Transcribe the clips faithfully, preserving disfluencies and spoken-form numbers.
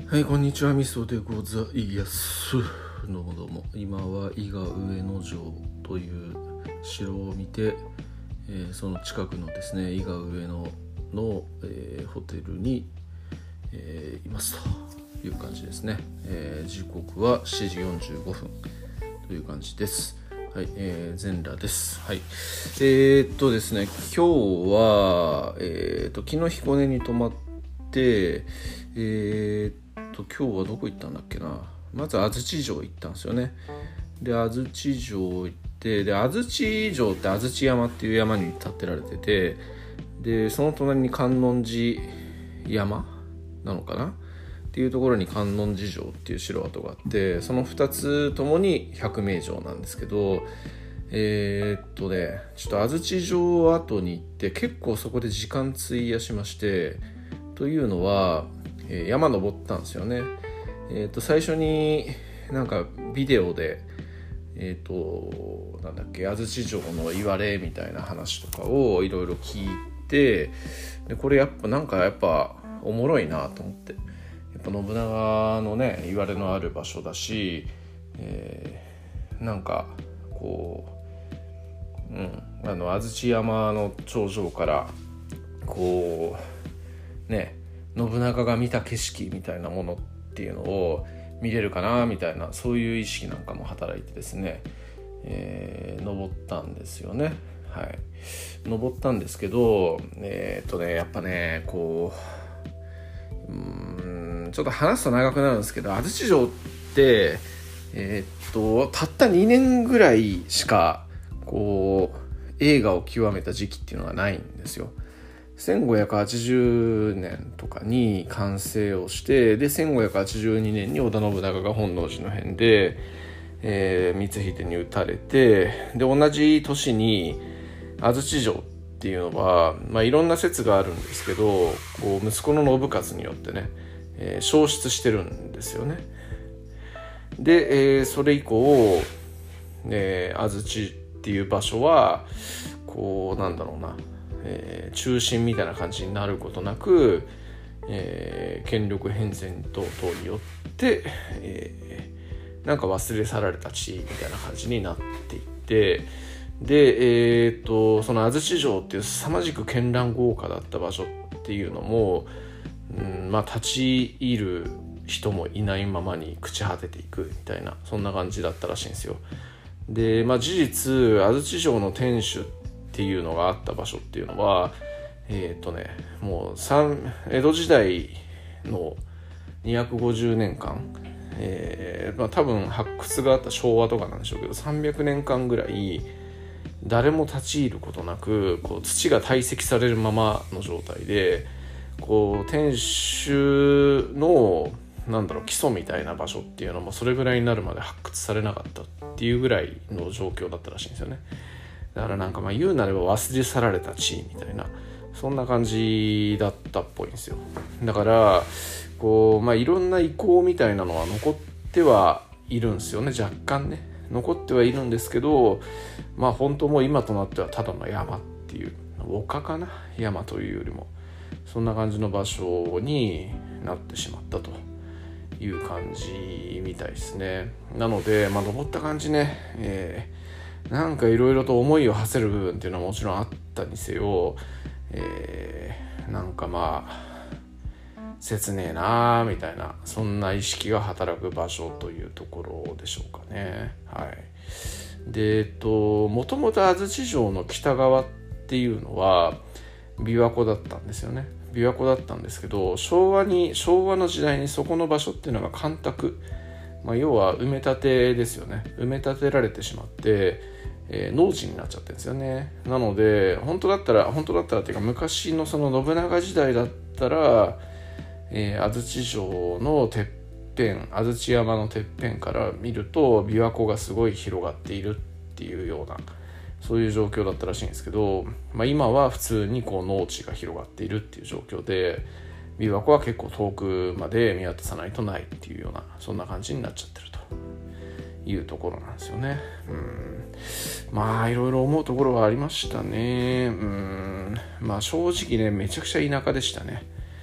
はい、こんにちは。みそでございます。どうもどうも。今は伊賀上野城という城を見て、えー、その近くのですね、伊賀上野の、えー、ホテルに、えー、いますという感じですね。えー、時刻はしちじよんじゅうごふんという感じです。はい、えー、全裸です。はい。えー、っとですね、今日は、えー、っと昨日彦根に泊まって、えー、っと今日はどこ行ったんだっけな。まず安土城行ったんですよね。で、安土城行って、で、安土城って安土山っていう山に建てられてて、で、その隣に観音寺山なのかなっていうところに観音寺城っていう城跡があって、そのふたつともに百名城なんですけど、えー、っとねちょっと安土城跡に行って結構そこで時間費やしまして、というのは、えー、山登ったんですよね。えー、っと最初になんかビデオでえー、となんだっけ安土城の言われみたいな話とかをいろいろ聞いて、でこれやっぱなんかやっぱおもろいなと思って、やっぱ信長のね言われのある場所だし、えー、なんかこう、うん、あの安土山の頂上からこうね信長が見た景色みたいなものっていうのを見れるかなみたいな、そういう意識なんかも働いてですね、えー、登ったんですよね。はい、登ったんですけど、えー、っとねやっぱねこう、うーんちょっと話すと長くなるんですけど、安土城ってえー、っとたったにねんぐらいしかこう映画を極めた時期っていうのがないんですよ。せんごひゃくはちじゅうねんとかに完成をして、でせんごひゃくはちじゅうにねんに織田信長が本能寺の変で、えー、光秀に討たれて、で同じ年に安土城っていうのは、まあ、いろんな説があるんですけど、こう息子の信雄によってね、えー、焼失してるんですよね。で、えー、それ以降、えー、安土っていう場所はこうなんだろうな、えー、中心みたいな感じになることなく、えー、権力変遷等々によって、えー、なんか忘れ去られた地みたいな感じになっていって、で、えー、とその安土城っていう凄まじく絢爛豪華だった場所っていうのも、うんまあ、立ち入る人もいないままに朽ち果てていくみたいな、そんな感じだったらしいんですよ。で、まあ、事実安土城の天守っていうのがあった場所っていうのはえっ、ー、とねもう江戸時代のにひゃくごじゅうねんかん、えーまあ、多分発掘があった昭和とかなんでしょうけど、さんびゃくねんかんぐらい誰も立ち入ることなく、こう土が堆積されるままの状態で、こう天守のなんだろう基礎みたいな場所っていうのもそれぐらいになるまで発掘されなかったっていうぐらいの状況だったらしいんですよね。だからなんかまあ言うなれば忘れ去られた地みたいな、そんな感じだったっぽいんですよ。だからこうまあいろんな遺構みたいなのは残ってはいるんですよね。若干ね残ってはいるんですけど、まあ本当もう今となってはただの山っていう、丘かな、山というよりもそんな感じの場所になってしまったという感じみたいですね。なのでまあ登った感じね、えーなんかいろいろと思いを馳せる部分っていうのはもちろんあったにせよ、えー、なんかまあ切ねえなみたいな、そんな意識が働く場所というところでしょうかね。はい。で、えっともともと安土城の北側っていうのは琵琶湖だったんですよね。琵琶湖だったんですけど、昭和に昭和の時代にそこの場所っていうのが干拓、まあ、要は埋め立てですよね。埋め立てられてしまって、えー、農地になっちゃってるんですよね。なので本当だったら本当だったらっていうか昔のその信長時代だったら、えー、安土城のてっぺん、安土山のてっぺんから見ると琵琶湖がすごい広がっているっていうような、そういう状況だったらしいんですけど、まあ、今は普通にこう農地が広がっているっていう状況で、琵琶湖は結構遠くまで見渡さないとないっていうような、そんな感じになっちゃってるというところなんですよね。うんまあいろいろ思うところはありましたね。うんまあ正直ねめちゃくちゃ田舎でしたね。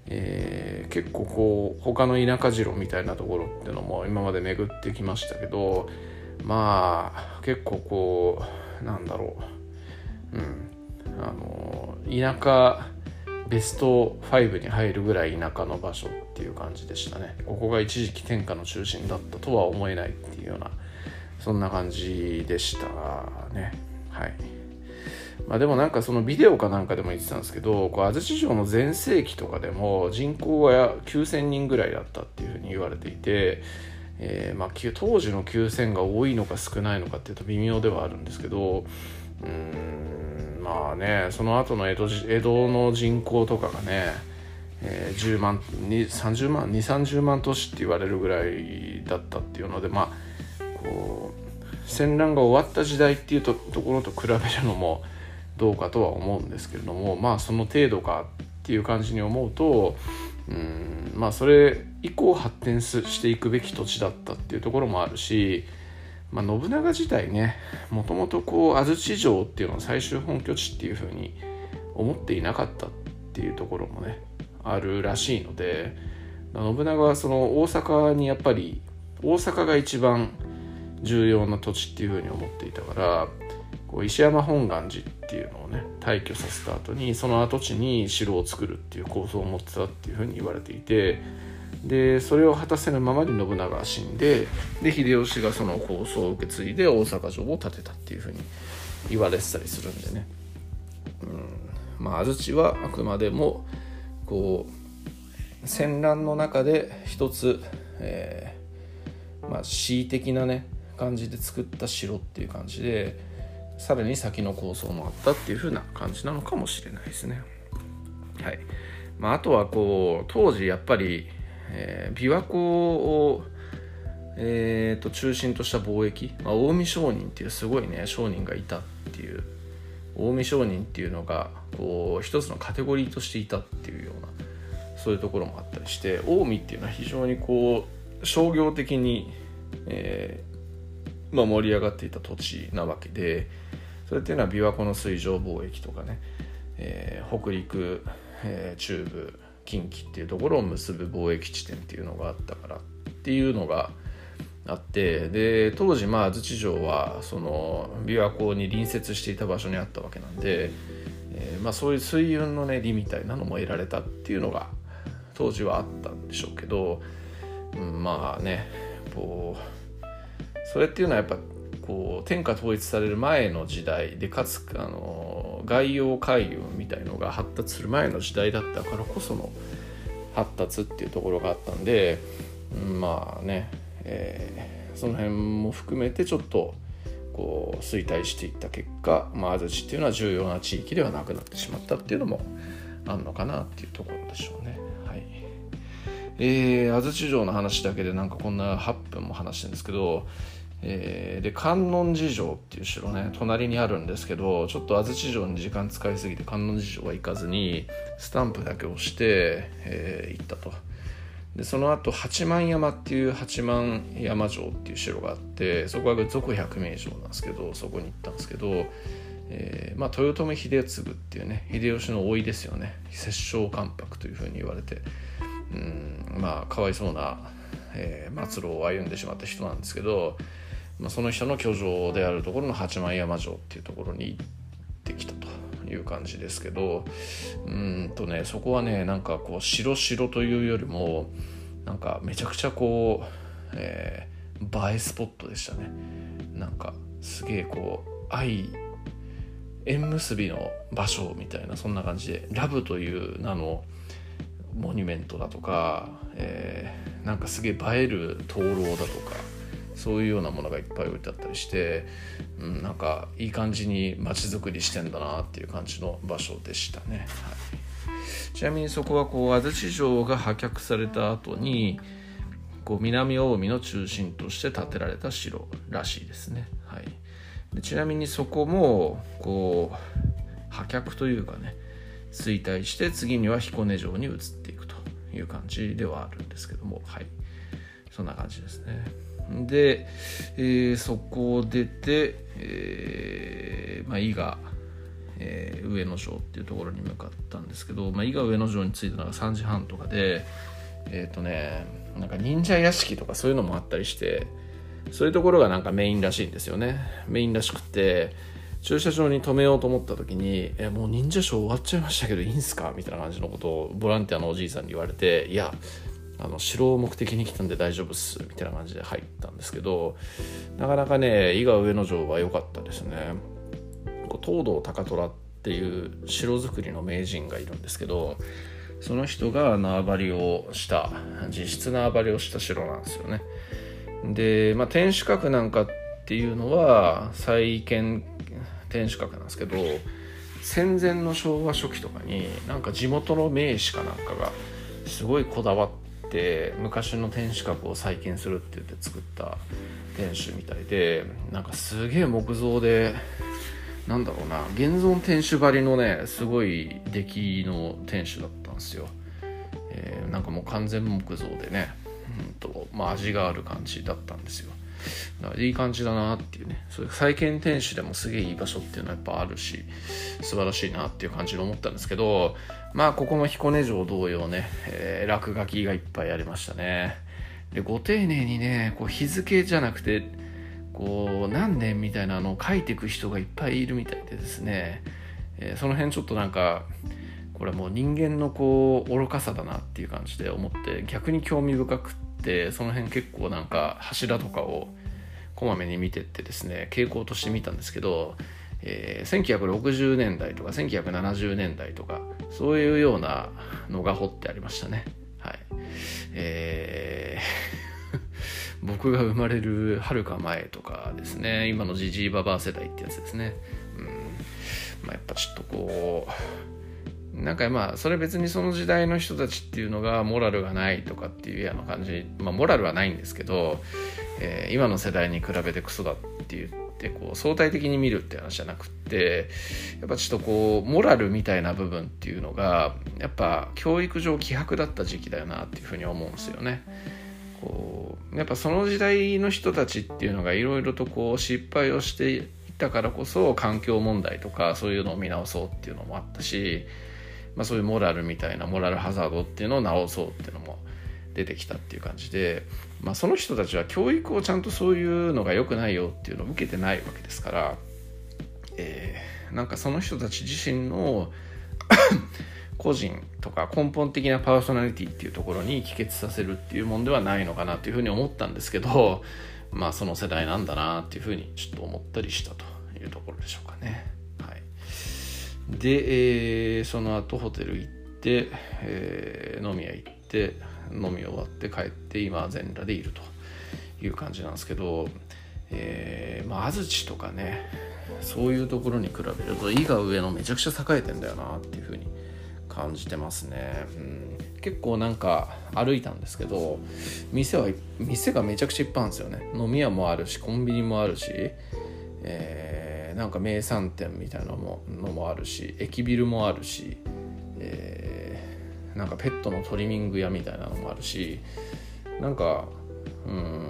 えー、結構こう他の田舎城みたいなところっていうのも今まで巡ってきましたけど、まあ結構こうなんだろう、うん、あの田舎ベストごに入るぐらい田舎の場所っていう感じでしたね。ここが一時期天下の中心だったとは思えないっていうような、そんな感じでしたね。はい。まあでもなんかそのビデオかなんかでも言ってたんですけど、こう安土城の全盛期とかでも人口はきゅうせんにんぐらいだったっていうふうに言われていて、えー、まあ当時のきゅうせんが多いのか少ないのかっていうと微妙ではあるんですけど、うーんまあね、その後の江戸、江戸の人口とかがね、えー、じゅうまん、さんじゅうまん、にじゅう、さんじゅうまん都市って言われるぐらいだったっていうので、まあこう戦乱が終わった時代っていうと、ところと比べるのもどうかとは思うんですけれども、まあその程度かっていう感じに思うと、うーんまあそれ以降発展していくべき土地だったっていうところもあるし、まあ、信長自体ね、もともとこう安土城っていうのを最終本拠地っていうふうに思っていなかったっていうところもねあるらしいので、信長はその大阪にやっぱり大阪が一番重要な土地っていうふうに思っていたから、こう石山本願寺っていうのをね退去させた後にその跡地に城を作るっていう構想を持ってたっていうふうに言われていて、でそれを果たせぬままに信長が死んで、で秀吉がその構想を受け継いで大阪城を建てたっていうふうに言われてたりするんでね、うん、まあ安土はあくまでもこう戦乱の中で一つ、えー、まあ恣意的なね感じで作った城っていう感じで、さらに先の構想もあったっていう風な感じなのかもしれないですね。はい。まああとはこう当時やっぱり、えー、琵琶湖を、えー、と中心とした貿易、まあ、近江商人っていうすごいね商人がいたっていう、近江商人っていうのがこう一つのカテゴリーとしていたっていうような、そういうところもあったりして、近江っていうのは非常にこう商業的に、えーまあ、盛り上がっていた土地なわけで、それっていうのは琵琶湖の水上貿易とかね、えー、北陸、えー、中部近畿っていうところを結ぶ貿易地点っていうのがあったからっていうのがあって、で当時まあ安土城はその琵琶湖に隣接していた場所にあったわけなんで、えーまあ、そういう水運のね利みたいなのも得られたっていうのが当時はあったんでしょうけど、うん、まあねこうそれっていうのはやっぱこう天下統一される前の時代で、かつあの外洋海運みたいのが発達する前の時代だったからこその発達っていうところがあったんで、うん、まあね、えー、その辺も含めてちょっとこう衰退していった結果、まあ、安土っていうのは重要な地域ではなくなってしまったっていうのもあるのかなっていうところでしょうね。はい。えー、安土城の話だけでなんかこんなはっぷんも話してるんですけど、えー、で観音寺城っていう城ね隣にあるんですけど、ちょっと安土城に時間使いすぎて観音寺城は行かずにスタンプだけ押して、えー、行ったと。でその後八幡山っていう八幡山城っていう城があって、そこは俗百名城なんですけど、そこに行ったんですけど、えーまあ、豊臣秀次っていうね秀吉の甥いですよね、摂政関白というふうに言われて、うんまあかわいそうな、えー、末路を歩んでしまった人なんですけど、まあ、その人の居城であるところの八幡山城っていうところに行ってきたという感じですけど、うんとねそこはねなんかこう城城というよりもなんかめちゃくちゃこう、えー、映えスポットでしたね。なんかすげえこう愛縁結びの場所みたいな、そんな感じでラブという名のモニュメントだとか、えー、なんかすげえ映える灯籠だとか、そういうようなものがいっぱい置いてあったりして、うん、なんかいい感じに街づくりしてんだなっていう感じの場所でしたね。はい、ちなみにそこはこう安土城が破却された後にこう南近江の中心として建てられた城らしいですね。はい、でちなみにそこもこう破却というかね衰退して次には彦根城に移っていくという感じではあるんですけども、はい、そんな感じですね。で、えー、そこを出て、えーまあ、伊賀、 えー、上野城っていうところに向かったんですけど、まあ、伊賀上野城に着いたのがさんじはんとかで、えっとねなんか忍者屋敷とかそういうのもあったりして、そういうところがなんかメインらしいんですよね。メインらしくて、駐車場に止めようと思った時にえもう忍者ショー終わっちゃいましたけどいいんすかみたいな感じのことをボランティアのおじいさんに言われて、いやあの城を目的に来たんで大丈夫っすみたいな感じで入ったんですけど、なかなかね伊賀上野城は良かったですね。東堂高虎っていう城造りの名人がいるんですけど、その人が縄張りをした実質縄張りをした城なんですよね。で、まあ、天守閣なんかっていうのは再建天守閣なんですけど、戦前の昭和初期とかになんか地元の名士かなんかがすごいこだわって昔の天守閣を再建するって言って作った天守みたいで、なんかすげえ木造でなんだろうな現存天守張りのねすごい出来の天守だったんですよ。えー、なんかもう完全木造でね、うんとまあ、味がある感じだったんですよ。だからいい感じだなっていうね、そういう再建天守でもすげえいい場所っていうのはやっぱあるし素晴らしいなっていう感じで思ったんですけど、まあここも彦根城同様ね、えー、落書きがいっぱいありましたね。でご丁寧にねこう日付じゃなくてこう何年みたいなのを書いていく人がいっぱいいるみたいでですね、えー、その辺ちょっとなんかこれはもう人間のこう愚かさだなっていう感じで思って逆に興味深くって、その辺結構なんか柱とかをこまめに見てってですね傾向として見たんですけど、えー、せんきゅうひゃくろくじゅうねんだいとかせんきゅうひゃくななじゅうねんだいとかそういうようなのが彫ってありましたね。はい、えー、僕が生まれるはるか前とかですね、今のジジイババア世代ってやつですね。うん、まあ、やっぱちょっとこうなんかまあそれ別にその時代の人たちっていうのがモラルがないとかっていうような感じ、まあモラルはないんですけど、えー、今の世代に比べてクソだって言ってこう相対的に見るって話じゃなくって、やっぱちょっとこうモラルみたいな部分っていうのがやっぱ教育上希薄だった時期だよなっていうふうに思うんですよね。こうやっぱその時代の人たちっていうのがいろいろとこう失敗をしていたからこそ環境問題とかそういうのを見直そうっていうのもあったし、まあ、そういうモラルみたいなモラルハザードっていうのを直そうっていうのも出てきたっていう感じで、まあ、その人たちは教育をちゃんとそういうのが良くないよっていうのを受けてないわけですから、えー、なんかその人たち自身の個人とか根本的なパーソナリティっていうところに帰結させるっていうもんではないのかなっていうふうに思ったんですけど、まあその世代なんだなっていうふうにちょっと思ったりしたというところでしょうかね。はい、で、えー、その後ホテル行って、えー、飲み屋行って飲み終わって帰って今は全裸でいるという感じなんですけど、えー、まあ安土とかねそういうところに比べると伊賀上野めちゃくちゃ栄えてんだよなっていうふうに感じてますね。うん、結構なんか歩いたんですけど店は店がめちゃくちゃいっぱいあるんですよね。飲み屋もあるしコンビニもあるし、えー、なんか名産店みたいなのも、のもあるし駅ビルもあるし、えー、なんかペットのトリミング屋みたいなのもあるし、なんかうん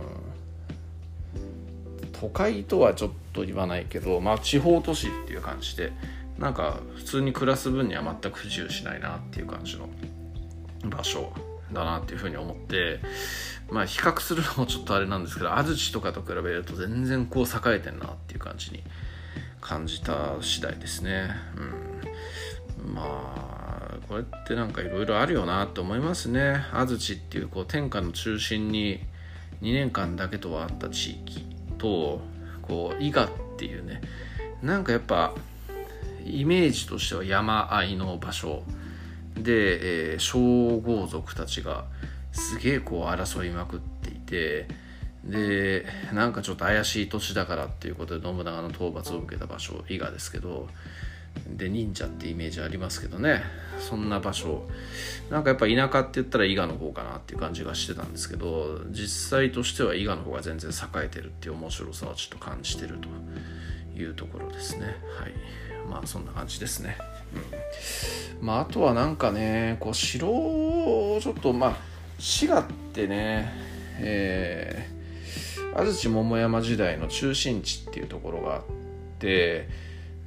都会とはちょっと言わないけど、まあ地方都市っていう感じでなんか普通に暮らす分には全く不自由しないなっていう感じの場所だなっていうふうに思って、まあ比較するのもちょっとあれなんですけど安土とかと比べると全然こう栄えてんなっていう感じに感じた次第ですね。うん、まあこれってなんかいろいろあるよなと思いますね。安土っていうこう天下の中心ににねんかんだけとはあった地域とこう伊賀っていうねなんかやっぱイメージとしては山あいの場所で、えー、小豪族たちがすげえこう争いまくっていて、でなんかちょっと怪しい土地だからっていうことで信長の討伐を受けた場所伊賀ですけど、で忍者ってイメージありますけどね、そんな場所なんかやっぱ田舎って言ったら伊賀の方かなっていう感じがしてたんですけど、実際としては伊賀の方が全然栄えてるっていう面白さをちょっと感じてるというところですね。はい、まあそんな感じですね。うん、まああとはなんかねこう城をちょっとまあ滋賀ってね、えー、安土桃山時代の中心地っていうところがあって、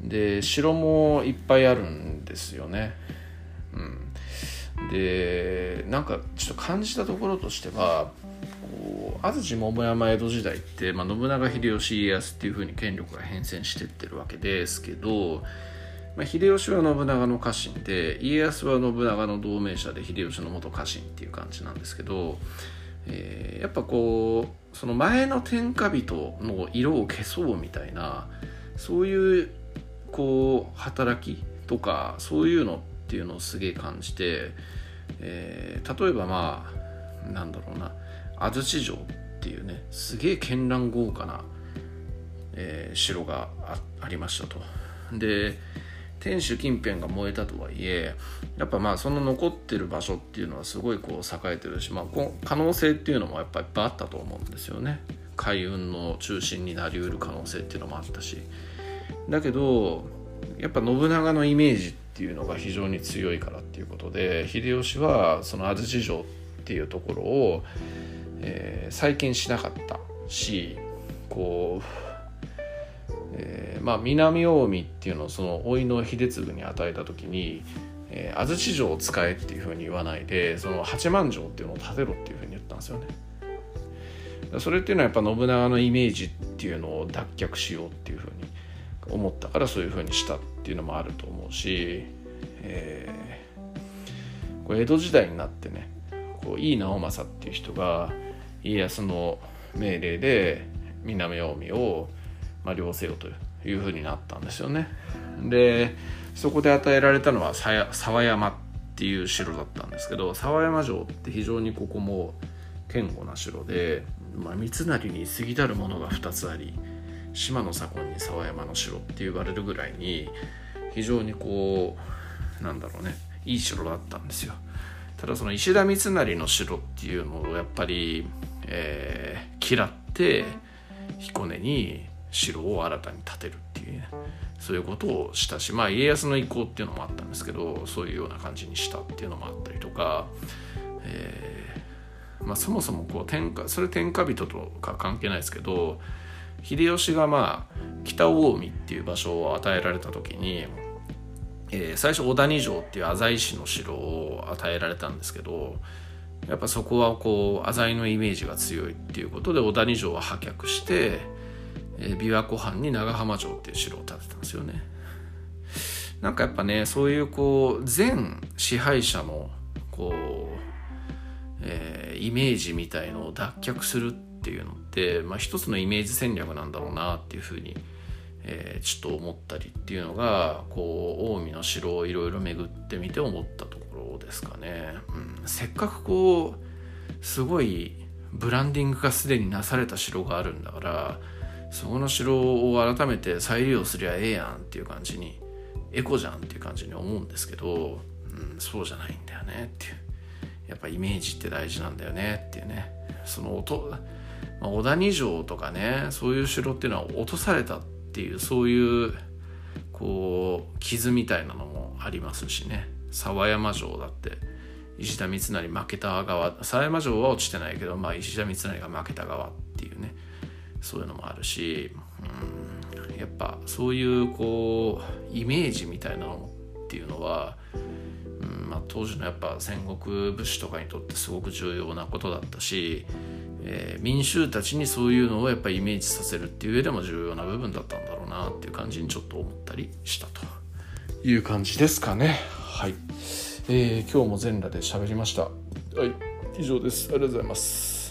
で城もいっぱいあるんですよね。うん、でなんかちょっと感じたところとしては、こう安土桃山江戸時代って、まあ、信長秀吉家康っていう風に権力が変遷してってるわけですけど、まあ、秀吉は信長の家臣で、家康は信長の同盟者で秀吉の元家臣っていう感じなんですけど、えー、やっぱこうその前の天下人の色を消そうみたいな、そういうこう働きとかそういうのっていうのをすげえ感じて、えー、例えばまあなんだろうな、安土城っていうねすげえ絢爛豪華な、えー、城が あ, ありましたと。で天守近辺が燃えたとはいえ、やっぱまあその残ってる場所っていうのはすごいこう栄えてるし、まあ、こう可能性っていうのもやっぱりいっぱいあったと思うんですよね。海運の中心になりうる可能性っていうのもあったし、だけどやっぱ信長のイメージっていうのが非常に強いからっていうことで、秀吉はその安土城っていうところを、えー、再建しなかったし、こうえーまあ、南近江っていうのをその甥の秀次に与えた時に、えー、安土城を使えっていうふうに言わないで、その八幡城っていうのを建てろっていうふうに言ったんですよね。それっていうのはやっぱ信長のイメージっていうのを脱却しようっていうふうに思ったから、そういうふうにしたっていうのもあると思うし、えー、これ江戸時代になってね、こう井伊直政っていう人が家康の命令で南近江をまあ、領せよというふうになったんですよね。でそこで与えられたのは沢山っていう城だったんですけど、沢山城って非常にここも堅固な城で、まあ、三成に過ぎたるものがふたつあり、島の左近に沢山の城って言われるぐらいに非常にこうなんだろうね、いい城だったんですよ。ただその石田三成の城っていうのをやっぱり、えー、嫌って彦根に城を新たに建てるっていう、ね、そういうことをしたし、まあ家康の意向っていうのもあったんですけど、そういうような感じにしたっていうのもあったりとか、えーまあ、そもそもこう天下それ天下人とか関係ないですけど、秀吉がまあ北近江っていう場所を与えられた時に、えー、最初小谷城っていう浅井市の城を与えられたんですけど、やっぱそこはこう浅井のイメージが強いっていうことで小谷城は破却して、琵琶湖畔に長浜城っていう城を建てたんですよね。なんかやっぱね、そういうこう全支配者のこう、えー、イメージみたいのを脱却するっていうのって、まあ、一つのイメージ戦略なんだろうなっていうふうに、えー、ちょっと思ったりっていうのが、こう近江の城をいろいろ巡ってみて思ったところですかね。うん、せっかくこうすごいブランディングがすでになされた城があるんだから、そこの城を改めて再利用すりゃええやんっていう感じに、エコじゃんっていう感じに思うんですけど、うん、そうじゃないんだよねっていう、やっぱイメージって大事なんだよねっていうね。その音、まあ、小谷城とかね、そういう城っていうのは落とされたっていう、そういうこう傷みたいなのもありますしね。沢山城だって石田三成負けた側、沢山城は落ちてないけど、まあ、石田三成が負けた側っていうね、そういうのもあるし、うん、やっぱそういうこうイメージみたいなのっていうのは、うんまあ、当時のやっぱ戦国武士とかにとってすごく重要なことだったし、えー、民衆たちにそういうのをやっぱりイメージさせるっていう上でも重要な部分だったんだろうなっていう感じにちょっと思ったりしたという感じですかね。はい、えー、今日も全裸で喋りました。はい、以上です。ありがとうございます。